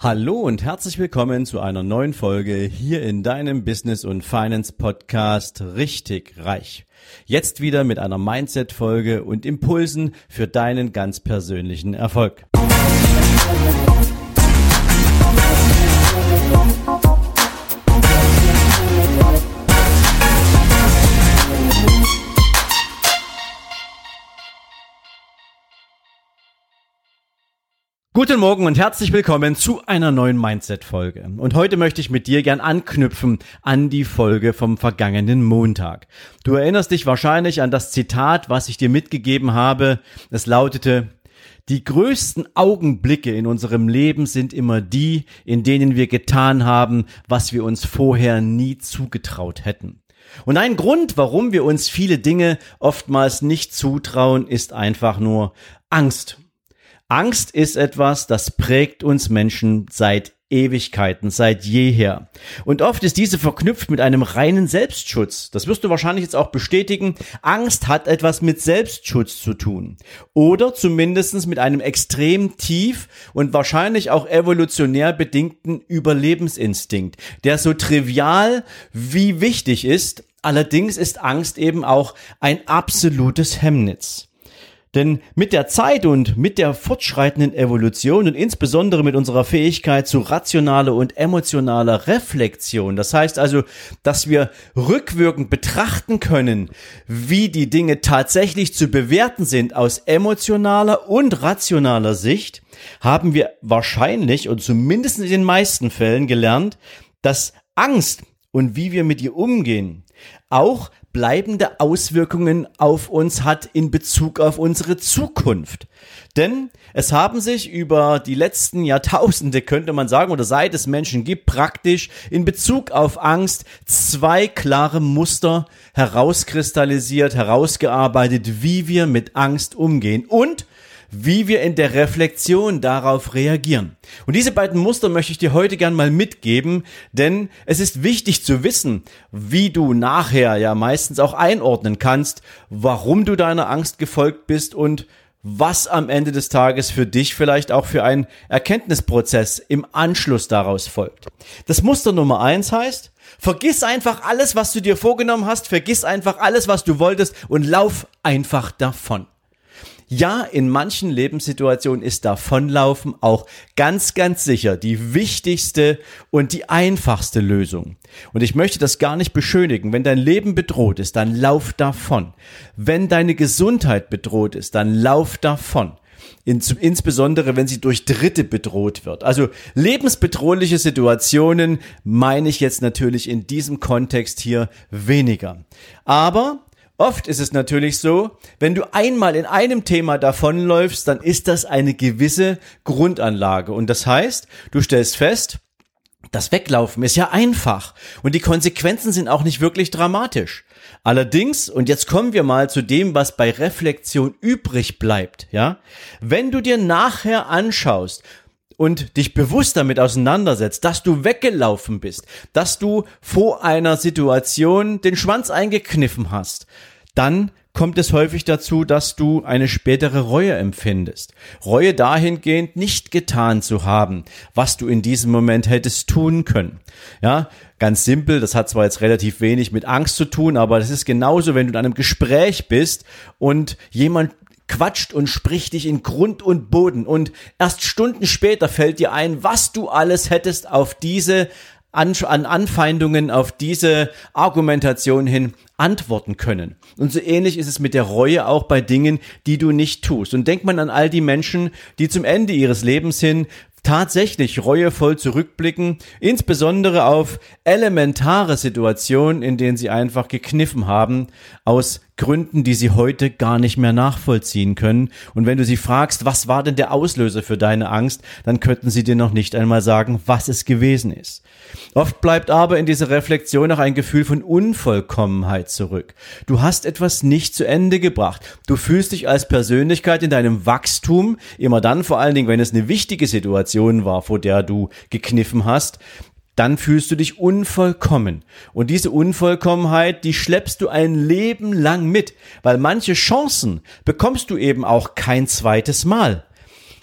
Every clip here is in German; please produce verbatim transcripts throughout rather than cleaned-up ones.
Hallo und herzlich willkommen zu einer neuen Folge hier in deinem Business- und Finance-Podcast Richtig Reich. Jetzt wieder mit einer Mindset-Folge und Impulsen für deinen ganz persönlichen Erfolg. Guten Morgen und herzlich willkommen zu einer neuen Mindset-Folge. Und heute möchte ich mit dir gern anknüpfen an die Folge vom vergangenen Montag. Du erinnerst dich wahrscheinlich an das Zitat, was ich dir mitgegeben habe. Es lautete: Die größten Augenblicke in unserem Leben sind immer die, in denen wir getan haben, was wir uns vorher nie zugetraut hätten. Und ein Grund, warum wir uns viele Dinge oftmals nicht zutrauen, ist einfach nur Angst. Angst ist etwas, das prägt uns Menschen seit Ewigkeiten, seit jeher. Und oft ist diese verknüpft mit einem reinen Selbstschutz. Das wirst du wahrscheinlich jetzt auch bestätigen. Angst hat etwas mit Selbstschutz zu tun. Oder zumindest mit einem extrem tief und wahrscheinlich auch evolutionär bedingten Überlebensinstinkt, der so trivial wie wichtig ist. Allerdings ist Angst eben auch ein absolutes Hemmnis. Denn mit der Zeit und mit der fortschreitenden Evolution und insbesondere mit unserer Fähigkeit zu rationaler und emotionaler Reflexion, das heißt also, dass wir rückwirkend betrachten können, wie die Dinge tatsächlich zu bewerten sind aus emotionaler und rationaler Sicht, haben wir wahrscheinlich und zumindest in den meisten Fällen gelernt, dass Angst und wie wir mit ihr umgehen auch bleibende Auswirkungen auf uns hat in Bezug auf unsere Zukunft. Denn es haben sich über die letzten Jahrtausende, könnte man sagen, oder seit es Menschen gibt, praktisch in Bezug auf Angst zwei klare Muster herauskristallisiert, herausgearbeitet, wie wir mit Angst umgehen und wie wir in der Reflexion darauf reagieren. Und diese beiden Muster möchte ich dir heute gern mal mitgeben, denn es ist wichtig zu wissen, wie du nachher ja meistens auch einordnen kannst, warum du deiner Angst gefolgt bist und was am Ende des Tages für dich vielleicht auch für einen Erkenntnisprozess im Anschluss daraus folgt. Das Muster Nummer eins heißt: Vergiss einfach alles, was du dir vorgenommen hast, vergiss einfach alles, was du wolltest und lauf einfach davon. Ja, in manchen Lebenssituationen ist Davonlaufen auch ganz, ganz sicher die wichtigste und die einfachste Lösung. Und ich möchte das gar nicht beschönigen. Wenn dein Leben bedroht ist, dann lauf davon. Wenn deine Gesundheit bedroht ist, dann lauf davon. Insbesondere, wenn sie durch Dritte bedroht wird. Also lebensbedrohliche Situationen meine ich jetzt natürlich in diesem Kontext hier weniger. Aber oft ist es natürlich so, wenn du einmal in einem Thema davonläufst, dann ist das eine gewisse Grundanlage. Und das heißt, du stellst fest, das Weglaufen ist ja einfach und die Konsequenzen sind auch nicht wirklich dramatisch. Allerdings, und jetzt kommen wir mal zu dem, was bei Reflexion übrig bleibt, ja, wenn du dir nachher anschaust und dich bewusst damit auseinandersetzt, dass du weggelaufen bist, dass du vor einer Situation den Schwanz eingekniffen hast, dann kommt es häufig dazu, dass du eine spätere Reue empfindest. Reue dahingehend, nicht getan zu haben, was du in diesem Moment hättest tun können. Ja, ganz simpel, das hat zwar jetzt relativ wenig mit Angst zu tun, aber das ist genauso, wenn du in einem Gespräch bist und jemand quatscht und spricht dich in Grund und Boden und erst Stunden später fällt dir ein, was du alles hättest auf diese an Anfeindungen, auf diese Argumentation hin antworten können. Und so ähnlich ist es mit der Reue auch bei Dingen, die du nicht tust. Und denkt man an all die Menschen, die zum Ende ihres Lebens hin tatsächlich reuevoll zurückblicken, insbesondere auf elementare Situationen, in denen sie einfach gekniffen haben, aus Gründen, die sie heute gar nicht mehr nachvollziehen können. Und wenn du sie fragst, was war denn der Auslöser für deine Angst, dann könnten sie dir noch nicht einmal sagen, was es gewesen ist. Oft bleibt aber in dieser Reflexion auch ein Gefühl von Unvollkommenheit zurück. Du hast etwas nicht zu Ende gebracht. Du fühlst dich als Persönlichkeit in deinem Wachstum, immer dann vor allen Dingen, wenn es eine wichtige Situation war, vor der du gekniffen hast, dann fühlst du dich unvollkommen. Und diese Unvollkommenheit, die schleppst du ein Leben lang mit, weil manche Chancen bekommst du eben auch kein zweites Mal.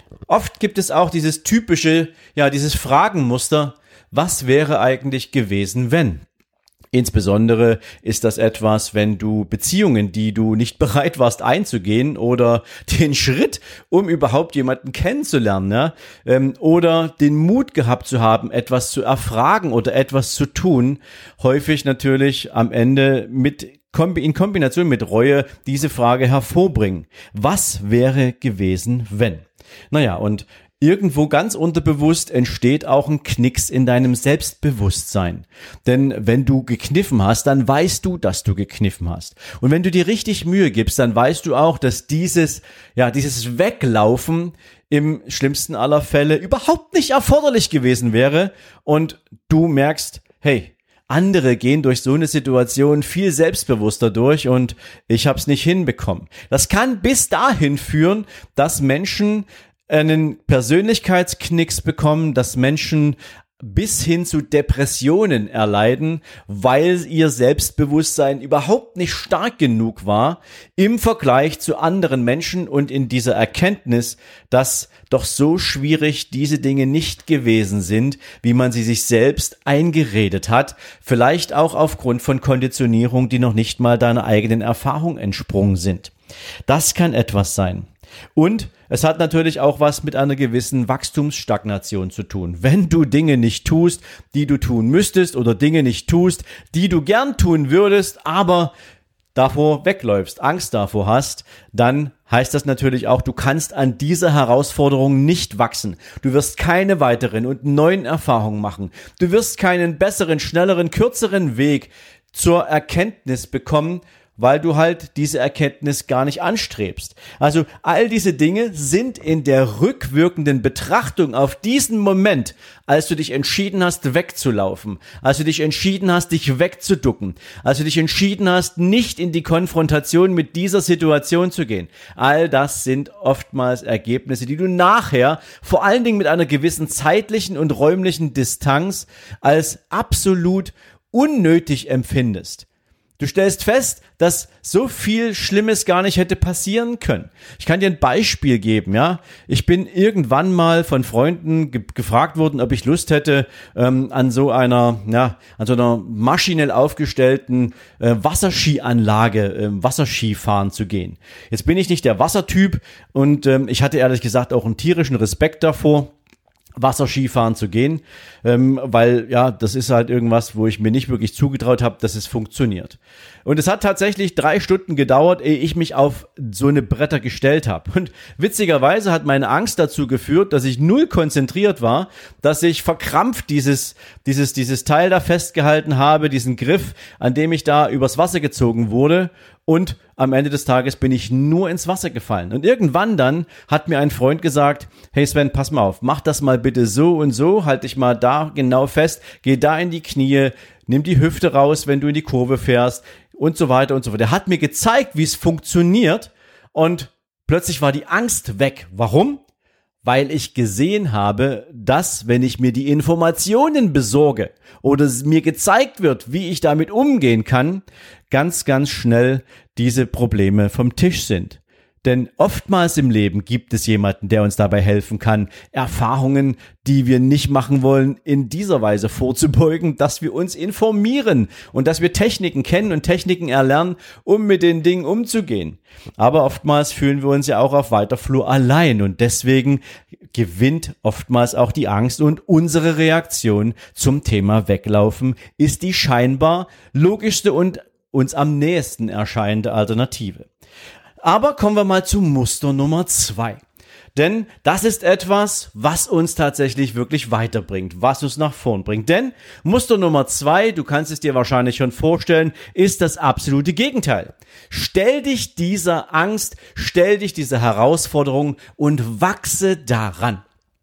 Oft gibt es auch dieses typische, ja, dieses Fragenmuster, was wäre eigentlich gewesen, wenn? Insbesondere ist das etwas, wenn du Beziehungen, die du nicht bereit warst einzugehen oder den Schritt, um überhaupt jemanden kennenzulernen, ja, ähm, oder den Mut gehabt zu haben, etwas zu erfragen oder etwas zu tun, häufig natürlich am Ende mit in Kombination mit Reue diese Frage hervorbringen. Was wäre gewesen, wenn? Naja, und irgendwo ganz unterbewusst entsteht auch ein Knicks in deinem Selbstbewusstsein. Denn wenn du gekniffen hast, dann weißt du, dass du gekniffen hast. Und wenn du dir richtig Mühe gibst, dann weißt du auch, dass dieses, ja, dieses Weglaufen im schlimmsten aller Fälle überhaupt nicht erforderlich gewesen wäre. Und du merkst, hey, andere gehen durch so eine Situation viel selbstbewusster durch und ich habe es nicht hinbekommen. Das kann bis dahin führen, dass Menschen einen Persönlichkeitsknicks bekommen, dass Menschen bis hin zu Depressionen erleiden, weil ihr Selbstbewusstsein überhaupt nicht stark genug war im Vergleich zu anderen Menschen und in dieser Erkenntnis, dass doch so schwierig diese Dinge nicht gewesen sind, wie man sie sich selbst eingeredet hat, vielleicht auch aufgrund von Konditionierung, die noch nicht mal deiner eigenen Erfahrung entsprungen sind. Das kann etwas sein. Und es hat natürlich auch was mit einer gewissen Wachstumsstagnation zu tun. Wenn du Dinge nicht tust, die du tun müsstest oder Dinge nicht tust, die du gern tun würdest, aber davor wegläufst, Angst davor hast, dann heißt das natürlich auch, du kannst an dieser Herausforderung nicht wachsen. Du wirst keine weiteren und neuen Erfahrungen machen. Du wirst keinen besseren, schnelleren, kürzeren Weg zur Erkenntnis bekommen, weil du halt diese Erkenntnis gar nicht anstrebst. Also all diese Dinge sind in der rückwirkenden Betrachtung auf diesen Moment, als du dich entschieden hast, wegzulaufen, als du dich entschieden hast, dich wegzuducken, als du dich entschieden hast, nicht in die Konfrontation mit dieser Situation zu gehen. All das sind oftmals Ergebnisse, die du nachher, vor allen Dingen mit einer gewissen zeitlichen und räumlichen Distanz, als absolut unnötig empfindest. Du stellst fest, dass so viel Schlimmes gar nicht hätte passieren können. Ich kann dir ein Beispiel geben, ja. Ich bin irgendwann mal von Freunden ge- gefragt worden, ob ich Lust hätte, ähm, an so einer, ja, an so einer maschinell aufgestellten äh, Wasserskianlage, äh, Wasserskifahren zu gehen. Jetzt bin ich nicht der Wassertyp und ähm, ich hatte ehrlich gesagt auch einen tierischen Respekt davor, Wasserskifahren zu gehen, ähm, weil ja, das ist halt irgendwas, wo ich mir nicht wirklich zugetraut habe, dass es funktioniert. Und es hat tatsächlich drei Stunden gedauert, ehe ich mich auf so eine Bretter gestellt habe. Und witzigerweise hat meine Angst dazu geführt, dass ich null konzentriert war, dass ich verkrampft dieses dieses dieses Teil da festgehalten habe, diesen Griff, an dem ich da übers Wasser gezogen wurde. Und am Ende des Tages bin ich nur ins Wasser gefallen. Und irgendwann dann hat mir ein Freund gesagt, hey Sven, pass mal auf, mach das mal bitte so und so, halt dich mal da genau fest, geh da in die Knie, nimm die Hüfte raus, wenn du in die Kurve fährst und so weiter und so fort. Er hat mir gezeigt, wie es funktioniert und plötzlich war die Angst weg. Warum? Weil ich gesehen habe, dass, wenn ich mir die Informationen besorge oder mir gezeigt wird, wie ich damit umgehen kann, ganz, ganz schnell diese Probleme vom Tisch sind. Denn oftmals im Leben gibt es jemanden, der uns dabei helfen kann, Erfahrungen, die wir nicht machen wollen, in dieser Weise vorzubeugen, dass wir uns informieren und dass wir Techniken kennen und Techniken erlernen, um mit den Dingen umzugehen. Aber oftmals fühlen wir uns ja auch auf weiter Flur allein und deswegen gewinnt oftmals auch die Angst und unsere Reaktion zum Thema Weglaufen ist die scheinbar logischste und uns am nächsten erscheinende Alternative. Aber kommen wir mal zu Muster Nummer zwei. Denn das ist etwas, was uns tatsächlich wirklich weiterbringt, was uns nach vorn bringt. Denn Muster Nummer zwei, du kannst es dir wahrscheinlich schon vorstellen, ist das absolute Gegenteil. Stell dich dieser Angst, stell dich dieser Herausforderung und wachse daran.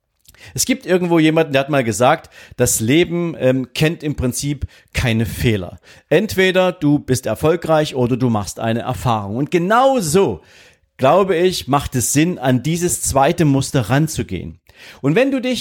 Es gibt irgendwo jemanden, der hat mal gesagt, das Leben ähm, kennt im Prinzip keine Fehler. Entweder du bist erfolgreich oder du machst eine Erfahrung. Und genau so, glaube ich, macht es Sinn, an dieses zweite Muster ranzugehen. Und wenn du dich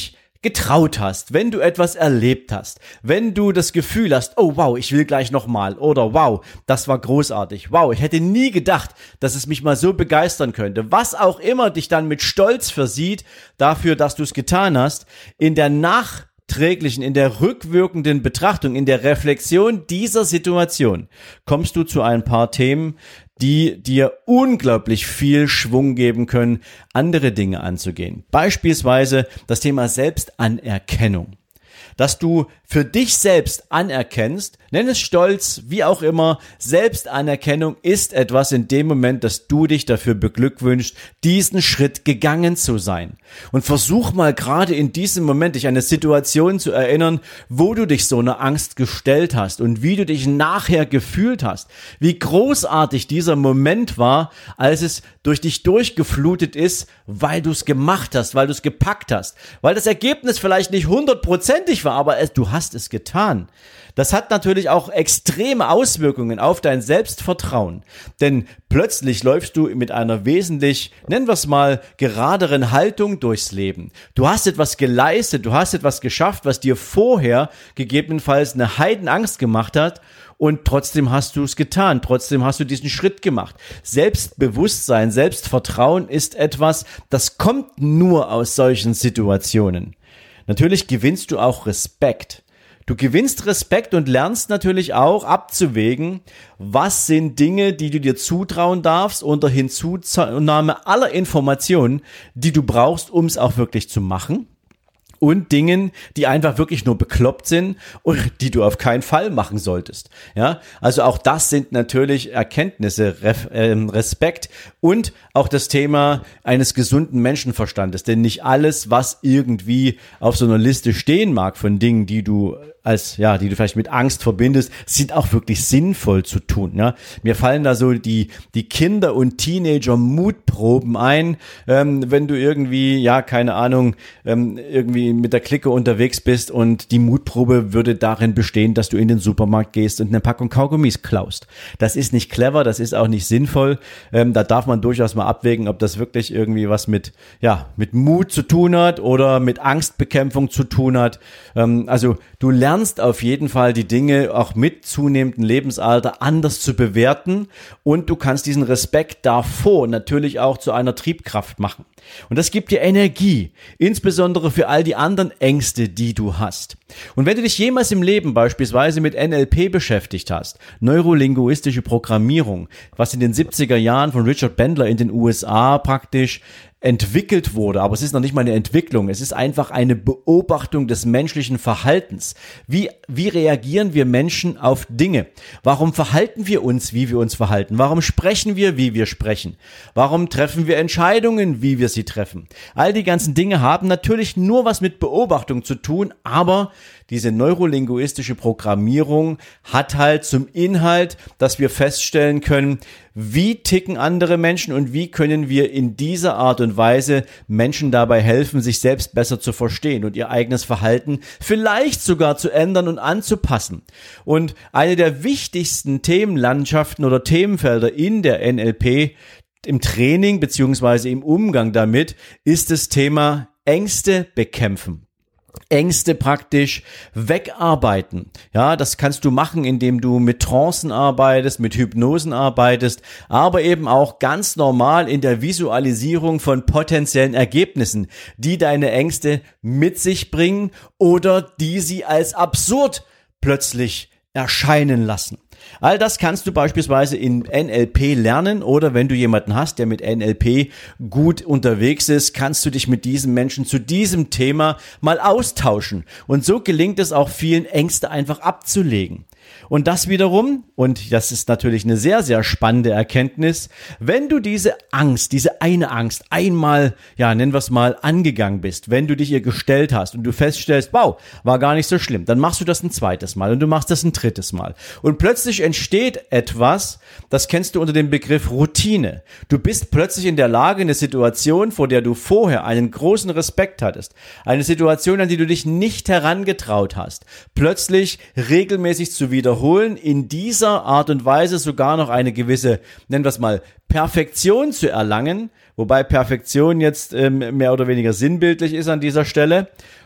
getraut hast, wenn du etwas erlebt hast, wenn du das Gefühl hast, oh wow, ich will gleich nochmal oder wow, das war großartig, wow, ich hätte nie gedacht, dass es mich mal so begeistern könnte, was auch immer dich dann mit Stolz versieht dafür, dass du es getan hast, in der nachträglichen, in der rückwirkenden Betrachtung, in der Reflexion dieser Situation kommst du zu ein paar Themen, die dir unglaublich viel Schwung geben können, andere Dinge anzugehen. Beispielsweise das Thema Selbstanerkennung. Dass du für dich selbst anerkennst, nenn es Stolz, wie auch immer, Selbstanerkennung ist etwas in dem Moment, dass du dich dafür beglückwünschst, diesen Schritt gegangen zu sein. Und versuch mal gerade in diesem Moment dich an eine Situation zu erinnern, wo du dich so einer Angst gestellt hast und wie du dich nachher gefühlt hast. Wie großartig dieser Moment war, als es durch dich durchgeflutet ist, weil du es gemacht hast, weil du es gepackt hast, weil das Ergebnis vielleicht nicht hundertprozentig war, aber es, du hast es getan. Das hat natürlich auch extreme Auswirkungen auf dein Selbstvertrauen, denn plötzlich läufst du mit einer wesentlich, nennen wir es mal, geraderen Haltung durchs Leben. Du hast etwas geleistet, du hast etwas geschafft, was dir vorher gegebenenfalls eine Heidenangst gemacht hat, und trotzdem hast du es getan, trotzdem hast du diesen Schritt gemacht. Selbstbewusstsein, Selbstvertrauen ist etwas, das kommt nur aus solchen Situationen. Natürlich gewinnst du auch Respekt. Du gewinnst Respekt und lernst natürlich auch abzuwägen, was sind Dinge, die du dir zutrauen darfst, unter Hinzunahme aller Informationen, die du brauchst, um es auch wirklich zu machen. Und Dingen, die einfach wirklich nur bekloppt sind und die du auf keinen Fall machen solltest. Ja, also auch das sind natürlich Erkenntnisse, Ref, äh, Respekt und auch das Thema eines gesunden Menschenverstandes. Denn nicht alles, was irgendwie auf so einer Liste stehen mag von Dingen, die du als, ja, die du vielleicht mit Angst verbindest, sind auch wirklich sinnvoll zu tun, ja. Mir fallen da so die, die Kinder- und Teenager-Mutproben ein, ähm, wenn du irgendwie, ja, keine Ahnung, ähm, irgendwie mit der Clique unterwegs bist und die Mutprobe würde darin bestehen, dass du in den Supermarkt gehst und eine Packung Kaugummis klaust. Das ist nicht clever, das ist auch nicht sinnvoll, ähm, da darf man durchaus mal abwägen, ob das wirklich irgendwie was mit, ja, mit Mut zu tun hat oder mit Angstbekämpfung zu tun hat, ähm, also du lernst auf jeden Fall die Dinge auch mit zunehmendem Lebensalter anders zu bewerten und du kannst diesen Respekt davor natürlich auch zu einer Triebkraft machen. Und das gibt dir Energie, insbesondere für all die anderen Ängste, die du hast. Und wenn du dich jemals im Leben beispielsweise mit N L P beschäftigt hast, neurolinguistische Programmierung, was in den siebziger Jahren von Richard Bandler in den U S A praktisch entwickelt wurde, aber es ist noch nicht mal eine Entwicklung, es ist einfach eine Beobachtung des menschlichen Verhaltens. Wie, wie reagieren wir Menschen auf Dinge? Warum verhalten wir uns, wie wir uns verhalten? Warum sprechen wir, wie wir sprechen? Warum treffen wir Entscheidungen, wie wir sie treffen? All die ganzen Dinge haben natürlich nur was mit Beobachtung zu tun, aber diese neurolinguistische Programmierung hat halt zum Inhalt, dass wir feststellen können, wie ticken andere Menschen und wie können wir in dieser Art und Weise Menschen dabei helfen, sich selbst besser zu verstehen und ihr eigenes Verhalten vielleicht sogar zu ändern und anzupassen. Und eine der wichtigsten Themenlandschaften oder Themenfelder in der N L P im Training beziehungsweise im Umgang damit ist das Thema Ängste bekämpfen. Ängste praktisch wegarbeiten. Ja, das kannst du machen, indem du mit Trancen arbeitest, mit Hypnosen arbeitest, aber eben auch ganz normal in der Visualisierung von potenziellen Ergebnissen, die deine Ängste mit sich bringen oder die sie als absurd plötzlich erscheinen lassen. All das kannst du beispielsweise in N L P lernen oder wenn du jemanden hast, der mit N L P gut unterwegs ist, kannst du dich mit diesem Menschen zu diesem Thema mal austauschen. Und so gelingt es auch vielen, Ängste einfach abzulegen. Und das wiederum, und das ist natürlich eine sehr, sehr spannende Erkenntnis, wenn du diese Angst, diese eine Angst einmal, ja, nennen wir es mal, angegangen bist, wenn du dich ihr gestellt hast und du feststellst, wow, war gar nicht so schlimm, dann machst du das ein zweites Mal und du machst das ein drittes Mal. Und plötzlich entsteht etwas, das kennst du unter dem Begriff Routine. Du bist plötzlich in der Lage, eine Situation, vor der du vorher einen großen Respekt hattest, eine Situation, an die du dich nicht herangetraut hast, plötzlich regelmäßig zu wiederholen, in dieser Art und Weise sogar noch eine gewisse, nennen wir es mal, Perfektion zu erlangen, wobei Perfektion jetzt ähm, mehr oder weniger sinnbildlich ist an dieser Stelle.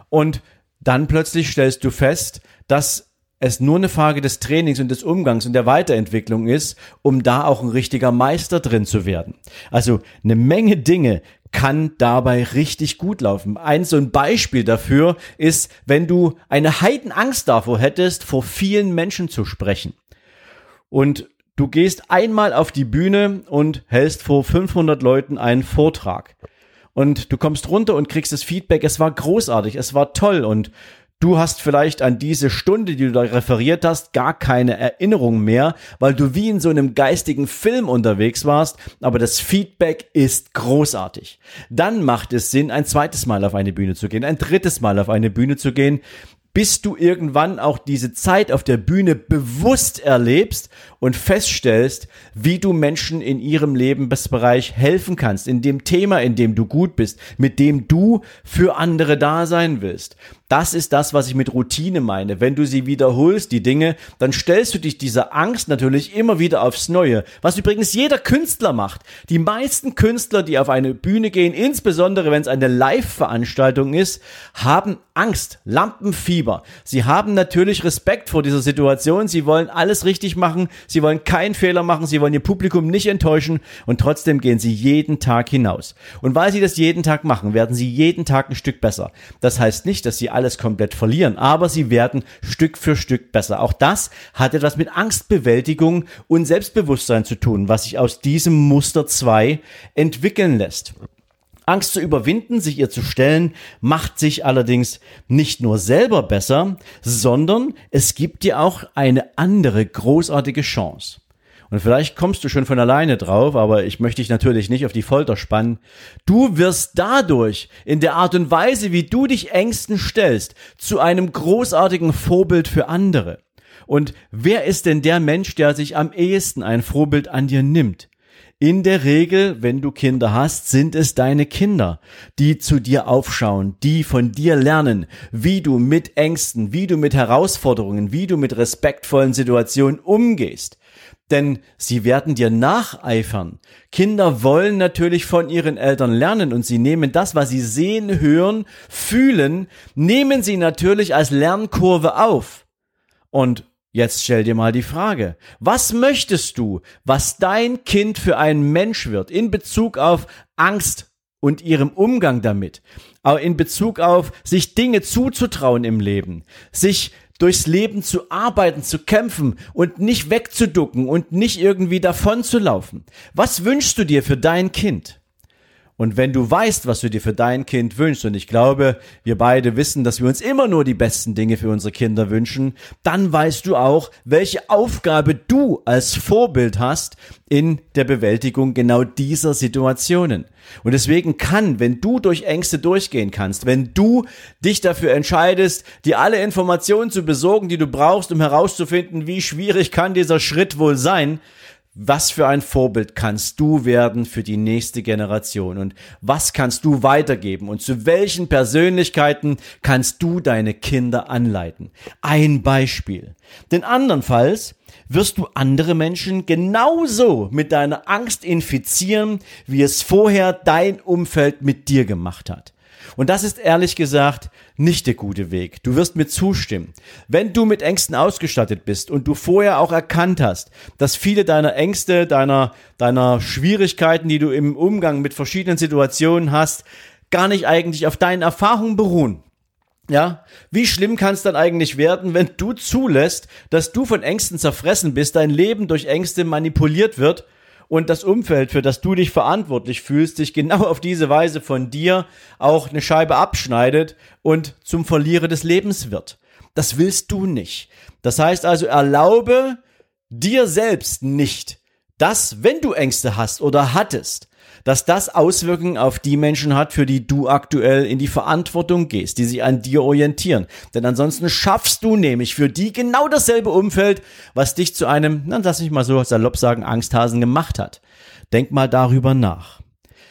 Und dann plötzlich stellst du fest, dass es nur eine Frage des Trainings und des Umgangs und der Weiterentwicklung ist, um da auch ein richtiger Meister drin zu werden. Also eine Menge Dinge kann dabei richtig gut laufen. Ein so ein Beispiel dafür ist, wenn du eine Heidenangst davor hättest, vor vielen Menschen zu sprechen. Und du gehst einmal auf die Bühne und hältst vor fünfhundert Leuten einen Vortrag. Und du kommst runter und kriegst das Feedback, es war großartig, es war toll und du hast vielleicht an diese Stunde, die du da referiert hast, gar keine Erinnerung mehr, weil du wie in so einem geistigen Film unterwegs warst, aber das Feedback ist großartig. Dann macht es Sinn, ein zweites Mal auf eine Bühne zu gehen, ein drittes Mal auf eine Bühne zu gehen, bis du irgendwann auch diese Zeit auf der Bühne bewusst erlebst und feststellst, wie du Menschen in ihrem Lebensbereich helfen kannst, in dem Thema, in dem du gut bist, mit dem du für andere da sein willst. Das ist das, was ich mit Routine meine. Wenn du sie wiederholst, die Dinge, dann stellst du dich dieser Angst natürlich immer wieder aufs Neue. Was übrigens jeder Künstler macht. Die meisten Künstler, die auf eine Bühne gehen, insbesondere wenn es eine Live-Veranstaltung ist, haben Angst, Lampenfieber. Sie haben natürlich Respekt vor dieser Situation. Sie wollen alles richtig machen. Sie wollen keinen Fehler machen. Sie wollen ihr Publikum nicht enttäuschen. Und trotzdem gehen sie jeden Tag hinaus. Und weil sie das jeden Tag machen, werden sie jeden Tag ein Stück besser. Das heißt nicht, dass sie alles komplett verlieren, aber sie werden Stück für Stück besser. Auch das hat etwas mit Angstbewältigung und Selbstbewusstsein zu tun, was sich aus diesem Muster zwei entwickeln lässt. Angst zu überwinden, sich ihr zu stellen, macht sich allerdings nicht nur selber besser, sondern es gibt dir auch eine andere großartige Chance. Und vielleicht kommst du schon von alleine drauf, aber ich möchte dich natürlich nicht auf die Folter spannen. Du wirst dadurch, in der Art und Weise, wie du dich Ängsten stellst, zu einem großartigen Vorbild für andere. Und wer ist denn der Mensch, der sich am ehesten ein Vorbild an dir nimmt? In der Regel, wenn du Kinder hast, sind es deine Kinder, die zu dir aufschauen, die von dir lernen, wie du mit Ängsten, wie du mit Herausforderungen, wie du mit respektvollen Situationen umgehst. Denn sie werden dir nacheifern. Kinder wollen natürlich von ihren Eltern lernen und sie nehmen das, was sie sehen, hören, fühlen, nehmen sie natürlich als Lernkurve auf. Und jetzt stell dir mal die Frage, was möchtest du, was dein Kind für ein Mensch wird in Bezug auf Angst und ihrem Umgang damit, aber in Bezug auf sich Dinge zuzutrauen im Leben, sich durchs Leben zu arbeiten, zu kämpfen und nicht wegzuducken und nicht irgendwie davon zu laufen. Was wünschst du dir für dein Kind? Und wenn du weißt, was du dir für dein Kind wünschst, und ich glaube, wir beide wissen, dass wir uns immer nur die besten Dinge für unsere Kinder wünschen, dann weißt du auch, welche Aufgabe du als Vorbild hast in der Bewältigung genau dieser Situationen. Und deswegen kann, wenn du durch Ängste durchgehen kannst, wenn du dich dafür entscheidest, dir alle Informationen zu besorgen, die du brauchst, um herauszufinden, wie schwierig kann dieser Schritt wohl sein, was für ein Vorbild kannst du werden für die nächste Generation und was kannst du weitergeben und zu welchen Persönlichkeiten kannst du deine Kinder anleiten? Ein Beispiel. Denn andernfalls wirst du andere Menschen genauso mit deiner Angst infizieren, wie es vorher dein Umfeld mit dir gemacht hat. Und das ist ehrlich gesagt nicht der gute Weg. Du wirst mir zustimmen. Wenn du mit Ängsten ausgestattet bist und du vorher auch erkannt hast, dass viele deiner Ängste, deiner, deiner Schwierigkeiten, die du im Umgang mit verschiedenen Situationen hast, gar nicht eigentlich auf deinen Erfahrungen beruhen. Ja, wie schlimm kann es dann eigentlich werden, wenn du zulässt, dass du von Ängsten zerfressen bist, dein Leben durch Ängste manipuliert wird und das Umfeld, für das du dich verantwortlich fühlst, sich genau auf diese Weise von dir auch eine Scheibe abschneidet und zum Verlierer des Lebens wird. Das willst du nicht. Das heißt also, erlaube dir selbst nicht, dass, wenn du Ängste hast oder hattest, dass das Auswirkungen auf die Menschen hat, für die du aktuell in die Verantwortung gehst, die sich an dir orientieren. Denn ansonsten schaffst du nämlich für die genau dasselbe Umfeld, was dich zu einem, na, lass mich mal so salopp sagen, Angsthasen gemacht hat. Denk mal darüber nach.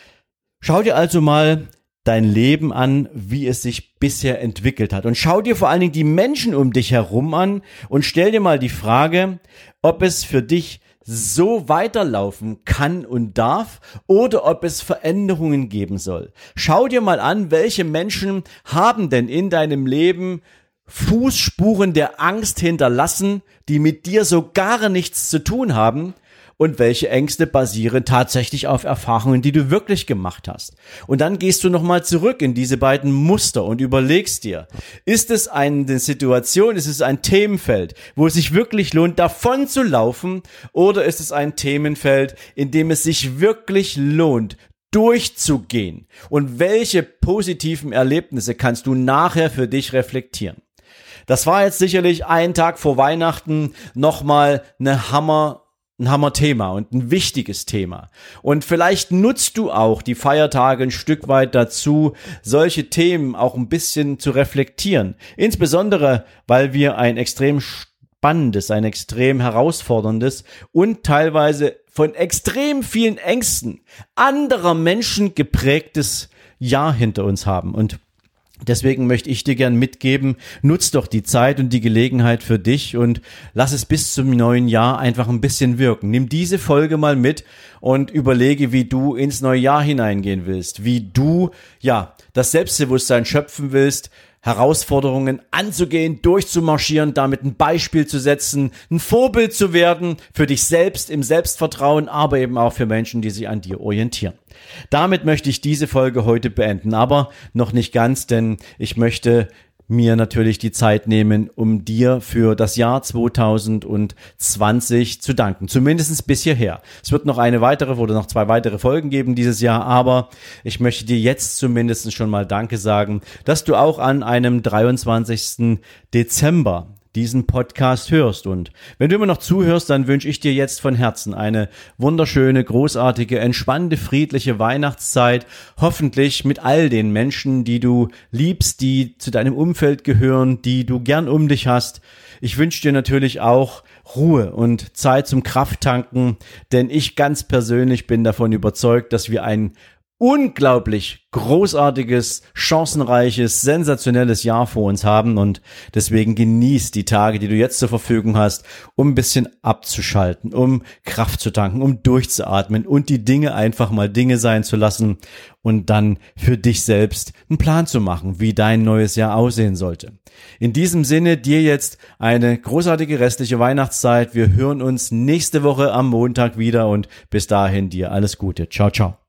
Schau dir also mal dein Leben an, wie es sich bisher entwickelt hat. Und schau dir vor allen Dingen die Menschen um dich herum an und stell dir mal die Frage, ob es für dich so weiterlaufen kann und darf oder ob es Veränderungen geben soll. Schau dir mal an, welche Menschen haben denn in deinem Leben Fußspuren der Angst hinterlassen, die mit dir so gar nichts zu tun haben, und welche Ängste basieren tatsächlich auf Erfahrungen, die du wirklich gemacht hast. Und dann gehst du nochmal zurück in diese beiden Muster und überlegst dir, ist es eine Situation, ist es ein Themenfeld, wo es sich wirklich lohnt, davon zu laufen, oder ist es ein Themenfeld, in dem es sich wirklich lohnt, durchzugehen? Und welche positiven Erlebnisse kannst du nachher für dich reflektieren? Das war jetzt sicherlich einen Tag vor Weihnachten nochmal eine Hammer Ein Hammerthema und ein wichtiges Thema. Und vielleicht nutzt du auch die Feiertage ein Stück weit dazu, solche Themen auch ein bisschen zu reflektieren. Insbesondere, weil wir ein extrem spannendes, ein extrem herausforderndes und teilweise von extrem vielen Ängsten anderer Menschen geprägtes Jahr hinter uns haben. Und deswegen möchte ich dir gern mitgeben, nutz doch die Zeit und die Gelegenheit für dich und lass es bis zum neuen Jahr einfach ein bisschen wirken. Nimm diese Folge mal mit und überlege, wie du ins neue Jahr hineingehen willst, wie du, ja, das Selbstbewusstsein schöpfen willst, Herausforderungen anzugehen, durchzumarschieren, damit ein Beispiel zu setzen, ein Vorbild zu werden für dich selbst im Selbstvertrauen, aber eben auch für Menschen, die sich an dir orientieren. Damit möchte ich diese Folge heute beenden, aber noch nicht ganz, denn ich möchte mir natürlich die Zeit nehmen, um dir für das Jahr zwanzig zwanzig zu danken. Zumindest bis hierher. Es wird noch eine weitere oder noch zwei weitere Folgen geben dieses Jahr, aber ich möchte dir jetzt zumindest schon mal Danke sagen, dass du auch an einem dreiundzwanzigsten Dezember diesen Podcast hörst. Und wenn du immer noch zuhörst, dann wünsche ich dir jetzt von Herzen eine wunderschöne, großartige, entspannte, friedliche Weihnachtszeit. Hoffentlich mit all den Menschen, die du liebst, die zu deinem Umfeld gehören, die du gern um dich hast. Ich wünsche dir natürlich auch Ruhe und Zeit zum Krafttanken, denn ich ganz persönlich bin davon überzeugt, dass wir ein unglaublich großartiges, chancenreiches, sensationelles Jahr vor uns haben, und deswegen genieß die Tage, die du jetzt zur Verfügung hast, um ein bisschen abzuschalten, um Kraft zu tanken, um durchzuatmen und die Dinge einfach mal Dinge sein zu lassen und dann für dich selbst einen Plan zu machen, wie dein neues Jahr aussehen sollte. In diesem Sinne dir jetzt eine großartige restliche Weihnachtszeit. Wir hören uns nächste Woche am Montag wieder und bis dahin dir alles Gute. Ciao, ciao.